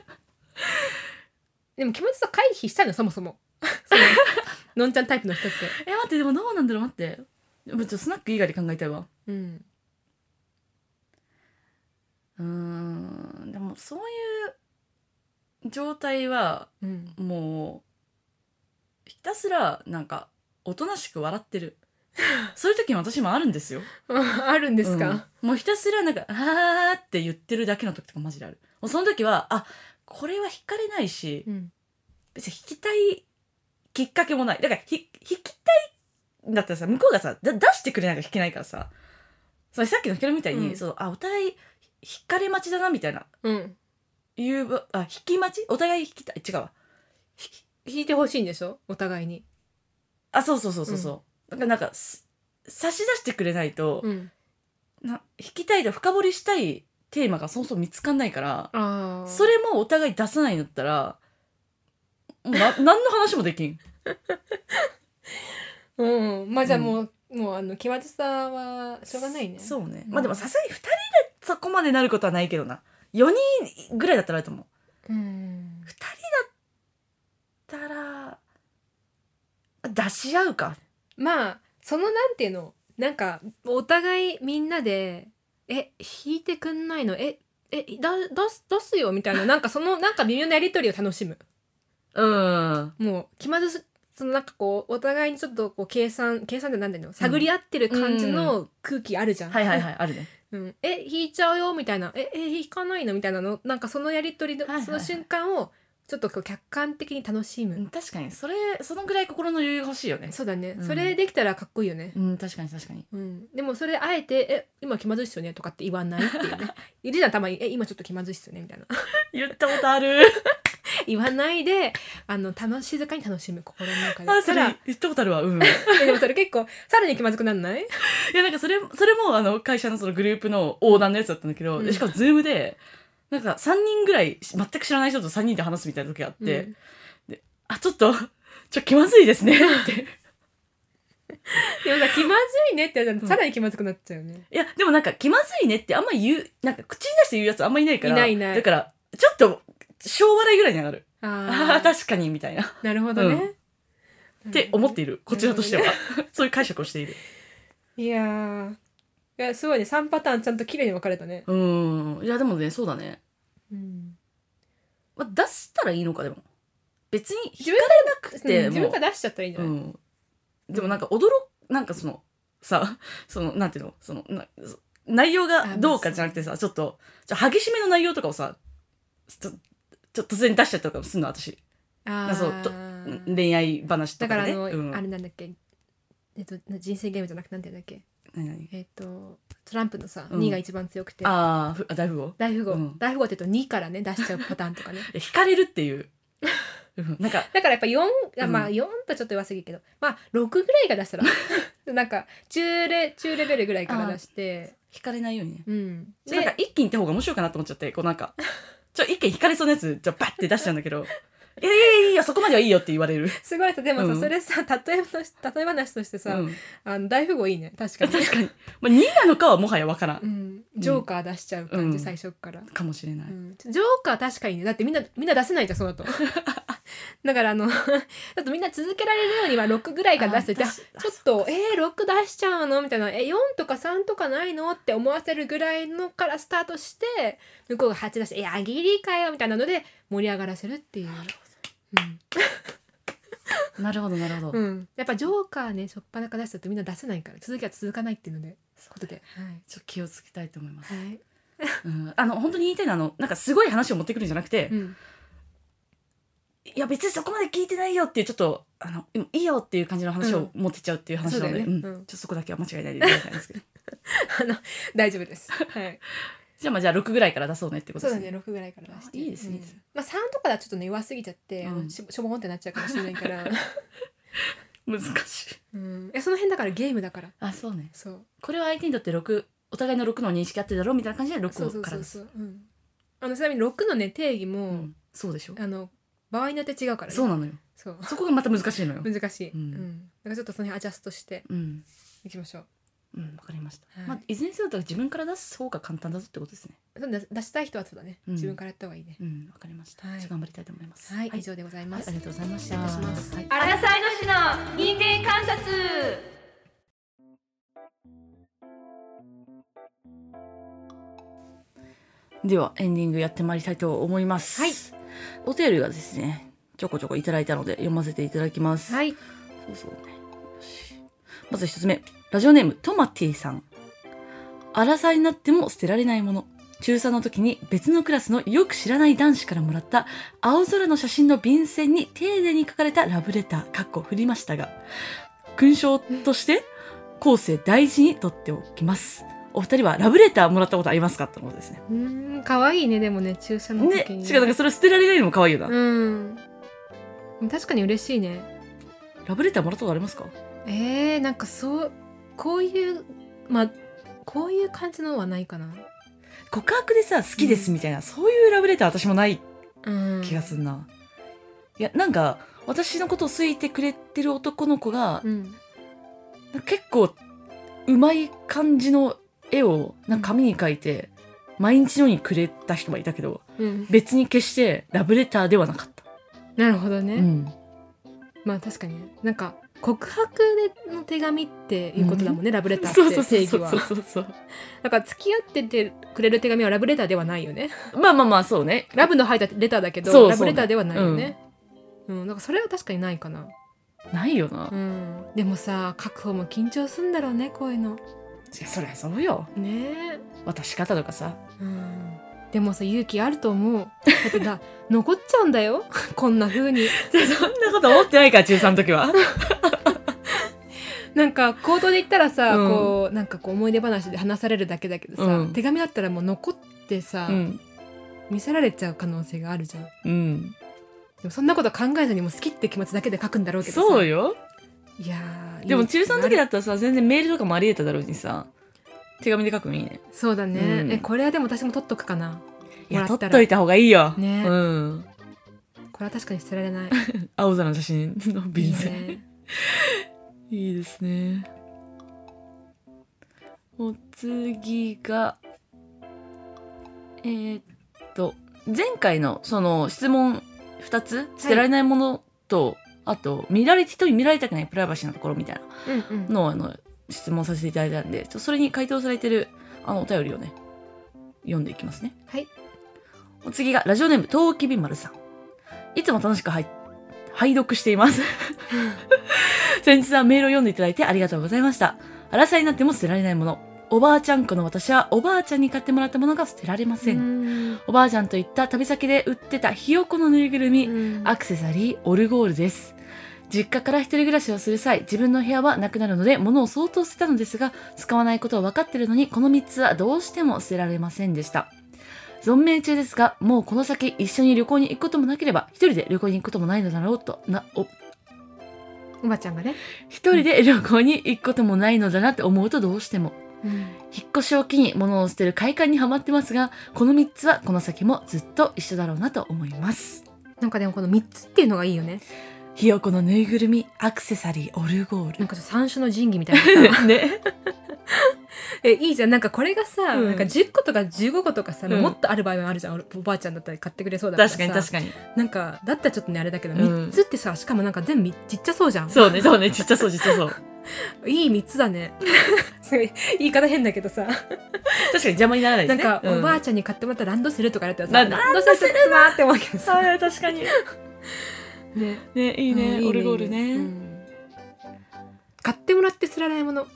でも気まずさ回避したいのそもそもそののんちゃんタイプの人ってえ待ってでもどうなんだろう待ってちょっとスナック以外で考えたいわ。うんうーんでもそういう状態は、うん、もうひたすらなんかおとなしく笑ってるそういう時も私もあるんですよ。 あるんですか、 うん、もうひたすらなんか「あー」って言ってるだけの時とかマジである。もうその時はあこれは引かれないし、うん、別に弾きたいきっかけもない。だからひ弾きたいんだったらさ向こうがさだ出してくれないから弾けないからさ、それさっきのヒカルみたいに、うん、そうあお互い弾かれ待ちだなみたいな、うん、いうあ弾き待ちお互い弾きたい違うわ弾いてほしいんでしょお互いに。 あそうそうそうそうそう、うん、だからなんか差し出してくれないと、うん、な弾きたいと深掘りしたいテーマがそもそも見つかんないから、あそれもお互い出さないんだったらな何の話もできん。 うん、まあじゃあもう、うん、もうあの気まずさはしょうがないね。 そうね、うん、まあでもさすがにふたりでそこまでなることはないけどな。よにんぐらいだったらあると思う。うん、ふたりだったら出し合うか。 まあそのなんていうのなんかお互いみんなでえ弾いてくんないのええだ出す出すよみたいななんかそのなんか微妙なやり取りを楽しむ。うん。もう気まずすそのなんかこうお互いにちょっとこう計算計算ってなんだよ探り合ってる感じの空気あるじゃん。 うん、はいはいはいあるね。 うん、え弾いちゃうよみたいなええ弾かないのみたいなのなんかそのやり取りの、はいはいはい、その瞬間をちょっとこう客観的に楽しむ、うん、 確かにそれそのぐらい心の余裕が欲しいよね。 そうだね、うん、それできたらかっこいいよね。 うん確かに確かに、 うん、でもそれあえて「え今気まずいっすよね」とかって言わないっていうねいるじゃんたまに「え今ちょっと気まずいっすよね」みたいな言ったことある言わないであの楽静かに楽しむ心の中で。 あそれ言ったことあるわ。うんでもそれ結構さらに気まずくなんない？いやなんかそれそれもあの会社のそのグループの横断のやつだったんだけど、うん、しかもズームでなんかさんにんぐらい全く知らない人とさんにんで話すみたいな時があって、うん、であちょっとちょ気まずいですねってでもさ気まずいねって言われたらさらに気まずくなっちゃうよね、 うん、いやでもなんか気まずいねってあんま言うなんか口に出して言うやつあんまいないから。 いないいない。 だからちょっと小笑いぐらいに上がる。ああ確かにみたいな。 なるほどね、 うん、って思っているこちらとしては、ね、そういう解釈をしている。 いやーいやすごいねさんパターンちゃんと綺麗に分かれたね。 うんいやでもねそうだね、うんまあ、出したらいいのか。でも別に引かれなくても、うん、 自分から出しちゃったらいいんじゃない、うん、 でもなんか驚なんかそのさそのなんていうのそのな内容がどうかじゃなくてさちょっとちょ激しめの内容とかをさちょちょっと突然出しちゃったりとかすんの私。あそうと恋愛話とかね。 だからあの、うん、あれなんだっけ、えっと、人生ゲームじゃなくてなんて言うんだっけ、えっとトランプのさ、うん、にが一番強くてああ大富豪大富豪、うん、大富豪って言うとにからね出しちゃうパターンとかね引かれるっていうなんかだからやっぱよん、うん、まあよんとちょっと弱すぎるけどまあろくぐらいが出したらなんか中レ中レベルぐらいから出して引かれないようにね、うん、でなんか一気にいった方が面白いかなと思っちゃってこうなんかちょ一気に引かれそうなやつじゃバッて出しちゃうんだけどいやいやいやそこまではいいよって言われる。 すごいでもさ、うん、それさ例え例え話としてさ、うん、あの大富豪いいね確かに確かに、まあ、になのかはもはや分からん、うん、 ジョーカー出しちゃう感じ、うん、最初から、 かもしれない、うん、 ジョーカー確かにねだってみんなみんな出せないじゃんそうだとだからあのちょっとみんな続けられるようにはろくぐらいから出してちょっとえー、ろく出しちゃうのみたいなえよんとかさんとかないのって思わせるぐらいのからスタートして向こうがはち出して「えあぎりかよ」みたいなので盛り上がらせるっていう。 うん、なるほどなるほど、 うん、やっぱジョーカーねしょっぱなから出したとみんな出せないから続きは続かないっていうのでことで、 はい、ちょっと気をつけたいと思います、はいうん、あの本当に言いたいのはあのなんかすごい話を持ってくるんじゃなくて、うん、いや別にそこまで聞いてないよっていうちょっとあのいいよっていう感じの話を持ってっちゃうっていう話なので、うんねうん、ちょっとそこだけは間違いないでいただきたいんですけどあの大丈夫です、はいじゃあまあじゃあろくぐらいから出そうねってことですね。 そうだねろくぐらいから出していいですね、うん、 まあさんとかだとちょっとね弱すぎちゃって、うん、し, しょぼんってなっちゃうかもしれないから難しい、 うん、えその辺だからゲームだからあそうねそうこれは相手にとってろくお互いのろくの認識あってるだろうみたいな感じでろくからです。 そうそうそうそう、うん、あのちなみにろくのね定義も、うん、 そうでしょあの場合によって違うからね。 そうなのよ。そうそこがまた難しいのよ。 難しい、うんうん、だからちょっとその辺アジャストしていきましょう。うん、わかりました。はい、まあ、いずれにせよ自分から出す方が簡単だぞってことですね。 出したい人はそうだね、うん、自分からやった方がいいね。 うん、わかりました。はい、頑張りたいと思います。 はい、はい、以上でございます。 はい、ありがとうございました。 失礼いたします。はい、 アラサイの市の人間観察。 ではエンディングやってまいりたいと思います。 はい。 お便りがですね、ちょこちょこいただいたので読ませていただきます。 はい。 そうそうね。よし。 まず一つ目、ラジオネームトマティさん。荒さになっても捨てられないもの。中さんの時に別のクラスのよく知らない男子からもらった青空の写真の便箋に丁寧に書かれたラブレター、かっこ振りましたが、勲章として後世大事に取っておきます。お二人はラブレターもらったことありますかってことですね。 うーん、可愛いね。でもね、注射の時に。 ね、しかもなんかそれ捨てられないのも可愛いよな。 うん。確かに嬉しいね。 ラブレターもらったことありますか？ えー、なんかそう、こういう、まあ、こういう感じのはないかな。 告白でさ、好きですみたいな、うん、そういうラブレター私もない気がするな。うん、いや、なんか、私のことを好いてくれてる男の子が、うん、結構、うまい感じの絵をなんか紙に描いて、うん、毎日のようにくれた人がいたけど、うん、別に決してラブレターではなかった。 なるほどね。うん、まあ確かに、なんか、告白の手紙っていうことだもんね、うん、ラブレターって定義は。だから付き合っててくれる手紙はラブレターではないよね。 まあまあまあそうね。 ラブの入ったレターだけど、そうそうね、ラブレターではないよね。うん、うん、だからそれは確かにないかな。 ないよな。 うん、でもさ、書く方も緊張するんだろうね、こういうの。 いや、そりゃそうよ。 ねえ。 渡し方とかさ。 うん。でもさ、勇気あると思う。だってだ残っちゃうんだよ、こんな風に。 そんなこと思ってないから、中さんの時は。 なんか口頭で言ったらさ、うん、こうなんかこう思い出話で話されるだけだけどさ、うん、手紙だったらもう残ってさ、うん、見せられちゃう可能性があるじゃん。うん、でもそんなこと考えずにも好きって気持ちだけで書くんだろうけどさ。 そうよ。 いやー、でも中さんの時だったらさ、全然メールとかもあり得ただろうにさ、手紙で書くのいいね。 そうだね、うん、えこれはでも私も取っとくかな。 いや、取っといた方がいいよね。 うん、 これは確かに捨てられない。 青空の写真の便箋。いいね。いいですね。お次がえー、っと前回のその質問ふたつ、捨てられないものと、はい、あと見られ人に見られたくないプライバシーなところみたいなのを、うんうん、あの質問させていただいたんで、ちょそれに回答されてるあのお便りをね読んでいきますね。 はい。 お次がラジオネームとうきびまるさん。いつも楽しく拝読しています先日はメールを読んでいただいてありがとうございました。荒さになっても捨てられないもの。おばあちゃん子の私はおばあちゃんに買ってもらったものが捨てられません。んおばあちゃんといった旅先で売ってたひよこのぬいぐるみ、アクセサリー、オルゴールです。実家から一人暮らしをする際、自分の部屋はなくなるので物を相当捨てたのですが、使わないことは分かっているのにこのみっつはどうしても捨てられませんでした。存命中ですが、もうこの先一緒に旅行に行くこともなければ一人で旅行に行くこともないのだろうとなおおばちゃんがね、 一人で旅行に行くこともないのだなって思うとどうしても、うん、引っ越しを機に物を捨てる快感にはまってますが、このみっつはこの先もずっと一緒だろうなと思います。 なんかでもこのみっつっていうのがいいよね。 ひよこのぬいぐるみ、アクセサリー、オルゴール。 なんか三種の神器みたいなさねえ、いいじゃん。なんかこれがさ、うん、なんかじゅっことかじゅうごことかさ、うん、もっとある場合もあるじゃん。おばあちゃんだったら買ってくれそうだからさ。 確かに確かに。 なんかだったらちょっとねあれだけど、うん、みっつってさ、しかもなんか全部ちっちゃそうじゃん。 そうねそうね、ちっちゃそうちっちゃそういいみっつだねすごい言い方変だけどさ確かに邪魔にならないですね。 なんか、うん、おばあちゃんに買ってもらったランドセルとかやったらさ、ランドセルってなって思うけどさ確かにねね、いいね、うん、オルゴールね、うん、 買ってもらって捨てられないもの。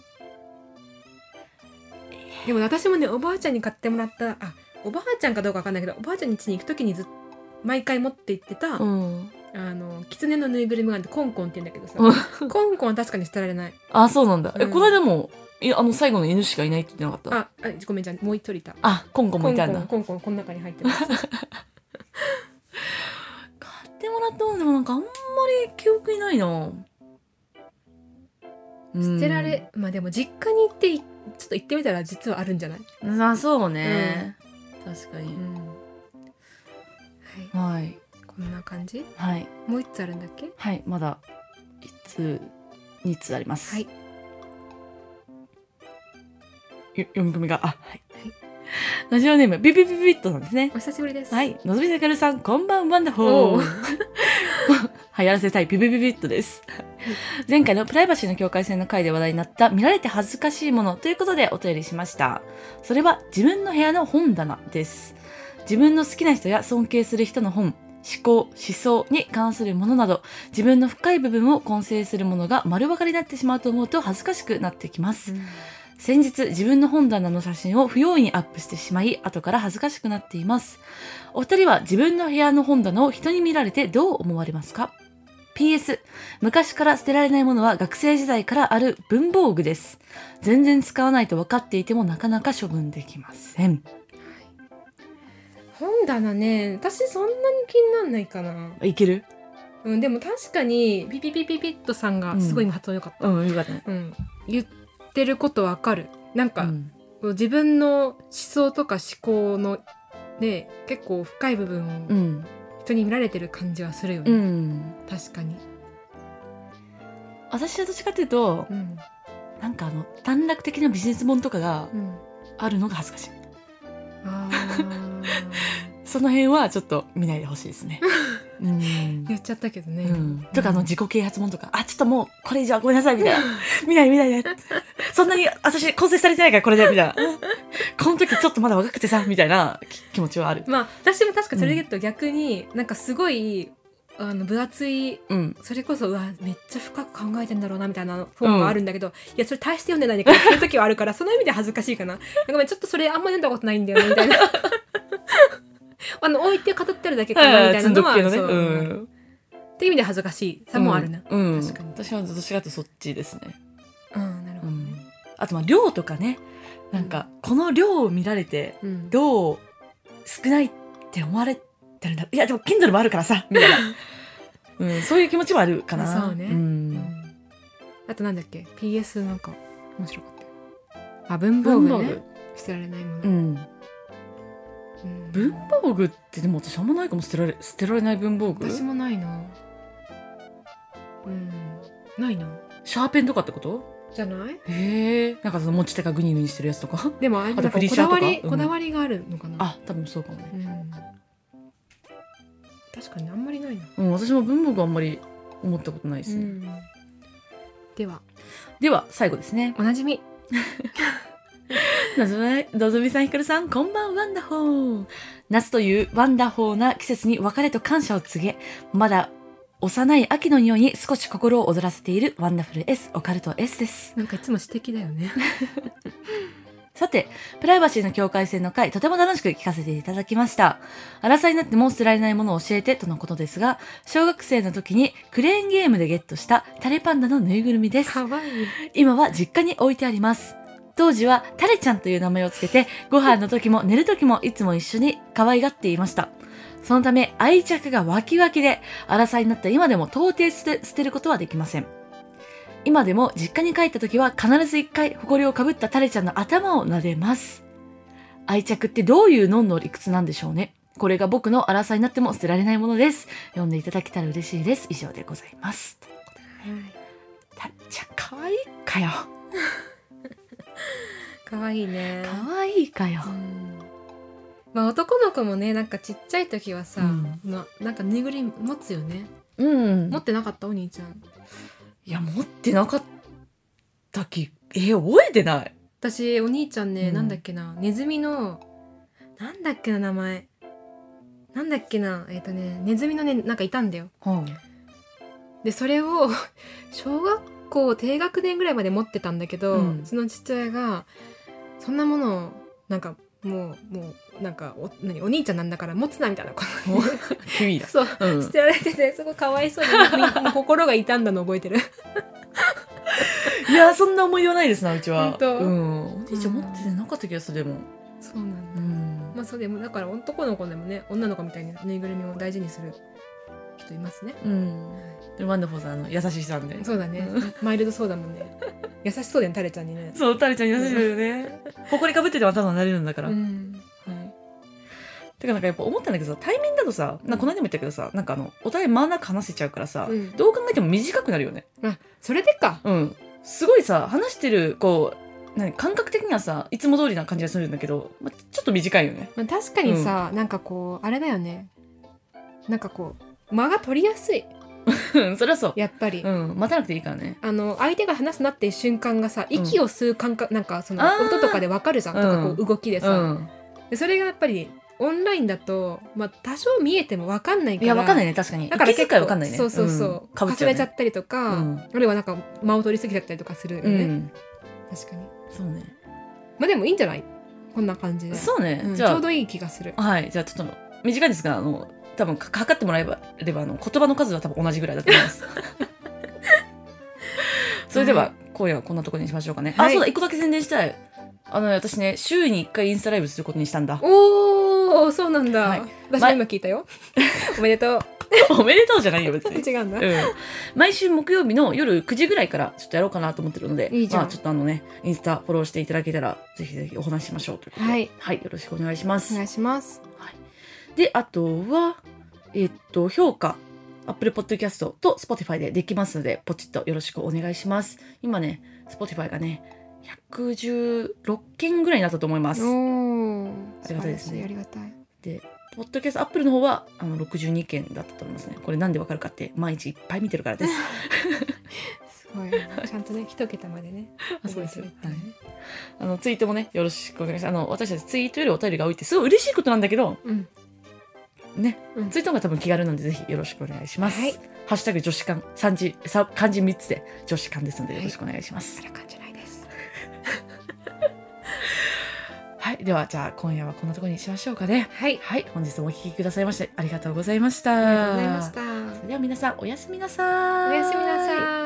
でも私もね、おばあちゃんに買ってもらった、あ、おばあちゃんかどうかわかんないけど、おばあちゃんに家に行くときにずっ毎回持って行ってた、うん、あの狐のぬいぐるみがあってコンコンって言うんだけどさコンコンは確かに捨てられない。 あ、そうなんだ、うん、え、この間もあの最後の犬しかいないって言ってなかった？ ああ、ごめん、じゃあもう一人いた。 あ、コンコンもいたんだ。 コンコン、コンコンこの中に入ってます買ってもらったものでもなんかあんまり記憶にないな。 捨てられ、まあでも実家に行ってちょっと行ってみたら実はあるんじゃない？ あ、そうね、うん、確かに、うん、はい、はい、 こんな感じ。 はい、 もう一つあるんだっけ？ はい、まだいつにつあります。はい、よ読み込みが、あ、はい、はい、ラジオネームビビビビットさんですね。 お久しぶりです。 はい、のぞみさかるさん、こんばんワンダホーはい、やらせたいビビビビットです。前回のプライバシーの境界線の回で話題になった見られて恥ずかしいものということでお便りしました。それは自分の部屋の本棚です。自分の好きな人や尊敬する人の本、 思考、思想に関するものなど、自分の深い部分を構成するものが丸分かりになってしまうと思うと恥ずかしくなってきます。うん、先日、自分の本棚の写真を不用意にアップしてしまい、後から恥ずかしくなっています。お二人は自分の部屋の本棚を人に見られてどう思われますか？ ピーエス 昔から捨てられないものは学生時代からある文房具です。全然使わないと分かっていてもなかなか処分できません。 本棚ね、私そんなに気になんないかな。 いける？ うん、でも確かにピピピピピッとさんがすごい今発音良かった。 うん、うん、よかったね。 うん、言ってることわかる。なんか、うん、自分の思想とか思考のね、結構深い部分を人に見られてる感じはするよね。うん、確かに。 私はどっちかっていうと、うん、なんかあの短絡的なビジネス本とかがあるのが恥ずかしい。うん、あその辺はちょっと見ないでほしいですね。 うん、言っちゃったけどね。うん、とかあの自己啓発本とか、あちょっともうこれ以上ごめんなさいみたいな、見ない見ないで、そんなに私構成されてないからこれでみたいな、この時ちょっとまだ若くてさみたいな気持ちはある。 まあ私も確かそれで言うと逆に、うん、なんかすごいあの分厚い、うん、それこそうわめっちゃ深く考えてんだろうなみたいな本があるんだけど、うん、いやそれ大して読んでないんだけどそういう時はあるからその意味で恥ずかしいかな。ごめんちょっとそれあんま読んだことないんだよねみたいな。あの置いて語ってるだけかなみたいなのは、ね、そう、うん、っていう意味で恥ずかしいさもあるな、 うんうん、 確かに。 私はどちらかとそっちですね。 うん、なるほどね。うん、 あとまあ量とかね、なんかこの量を見られてどう少ないって思われてるんだ、いやでも Kindle もあるからさみたいな、うん、そういう気持ちもあるかな。 そうね、うんうん、あとなんだっけ ピーエス なんか面白かった。あ文房具ね、文房具捨てられないもの、うんうん、文房具ってでも私あんまないかも。捨てられ、捨てられない文房具私もないな。うんないな。 シャーペンとかってことじゃない？ へえ。なんかその持ち手がグニグニしてるやつとか。 でもあれなんかこだわり、うん、こだわりがあるのかな。 あ多分そうかもね、うん、 確かにあんまりないな。 うん、私も文房具あんまり思ったことないですね、うん、 ではでは最後ですね。 おなじみのぞみさんひかるさんこんばんワンダホー。夏というワンダホーな季節に別れと感謝を告げ、まだ幼い秋の匂いに少し心を躍らせているワンダフル S オカルト S です。 なんかいつも素敵だよね。 さてプライバシーの境界線の回、とても楽しく聞かせていただきました。荒さになっても捨てられないものを教えてとのことですが、小学生の時にクレーンゲームでゲットしたタレパンダのぬいぐるみです。 かわいい。 今は実家に置いてあります。当時はタレちゃんという名前をつけて、ご飯の時も寝る時もいつも一緒に可愛がっていました。そのため愛着がワキワキで、荒さになった今でも到底捨て、捨てることはできません。今でも実家に帰った時は必ず一回埃をかぶったタレちゃんの頭を撫でます。愛着ってどういう脳の理屈なんでしょうね。これが僕の荒さになっても捨てられないものです。読んでいただけたら嬉しいです。以上でございます。はい、タレちゃん可愛いかよ。 かわいいね。 かわいいかよ、うん、 まあ男の子もね、なんかちっちゃい時はさ、うん、な, なんかぬいぐるみ持つよね、うん、持ってなかった？お兄ちゃん。 いや持ってなかったき、えー、覚えてない。 私お兄ちゃんね、うん、なんだっけな、ネズミのなんだっけな名前なんだっけなえっ、ー、とねネズミのねなんかいたんだよ、うん、でそれを小学校低学年ぐらいまで持ってたんだけど、うん、その父親がそんなものをなんかもうもうなんか お, 何お兄ちゃんなんだから持つなみたいなこと君だそう、うん、捨てられててすごいかわいそうに心が痛んだの覚えてる。 いやそんな思いはないですなうちは。 本当、 うん、お兄ちゃん持ってなかった気がする。でもそうなんだ、うん、まあそうでもだから男の子でもね女の子みたいにぬいぐるみを大事にする人いますね。うん。 でワンダフォーさんの優しい人なんで。 そうだね。マイルドそうだもんね。優しそうだよねタレちゃんにね。 そうタレちゃん優しいよね。ほこりかぶってても頭なれるんだから。うん。はい。てかなんかやっぱ思ったんだけどさ、対面だとさ、なんかこの間も言ったけどさ、なんかあのお互い間なく話せちゃうからさ、うん、どう考えても短くなるよね。 あ、それでか。 うん。すごいさ話してるこう。何感覚的にはさいつも通りな感じがするんだけど、まあ、ちょっと短いよね、 まあ、確かにさ、うん、なんかこうあれだよね、なんかこう間が取りやすい。 それはそうやっぱり、 うん、待たなくていいからね。 あの相手が話すなっていう瞬間がさ息を吸う感覚、うん、なんかその音とかで分かるじゃん、とかこう動きでさ、うん、でそれがやっぱりオンラインだと、まあ、多少見えても分かんないから。 いや分かんないね確かに。 だから結構分かんないね。 そうそうそう、うん、かすれちゃったりとか、うん、あるいはなんか間を取りすぎちゃったりとかするよね、うん、確かに。 そうね。 まあでもいいんじゃない、こんな感じで。 そうね、 うん、じゃあちょうどいい気がする。 はい、じゃあちょっと短いですが、あの多分測ってもらえばればあの言葉の数は多分同じぐらいだと思いますそれでは、はい、今夜はこんなところにしましょうかね、はい、あそうだ一個だけ宣伝したい。あの私ね週にいっかいインスタライブすることにしたんだ。 おーそうなんだ、はい、私も今聞いたよおめでとうおめでとうじゃないよ別に違うんだ、 うん、毎週木曜日の夜くじぐらいからちょっとやろうかなと思ってるので、 いいじゃん。 まあ、ちょっとあのねインスタフォローしていただけたらぜひぜひお話ししましょうということで、 はい、 はい、よろしくお願いします。 お願いします、 はい、であとはえっと評価Apple Podcast と Spotify でできますのでポチッとよろしくお願いします。今ね Spotify がねひゃくじゅうろっけんぐらいになったと思います。 おありがたいですね。 ありがたい。 でポッドキャストアップルの方はあのろくじゅうにけんだったと思いますね。これなんでわかるかって毎日いっぱい見てるからですすごいちゃんとね一桁までね覚えてる、はい、あのツイートもねよろしくお願いします。あの私たちツイートよりお便りが多いってすごい嬉しいことなんだけど、うんね、うん、ツイートが多分気軽なんでぜひよろしくお願いします、はい、ハッシュタグ女子館さんじ漢字みっつで女子館ですのでよろしくお願いします。 あら漢字ないですはい、ではじゃあ今夜はこんなところにしましょうかね。 はい、 はい、本日もお聞きくださいましてありがとうございました。 ありがとうございました。 それでは皆さんおやすみなさい。 おやすみなさい。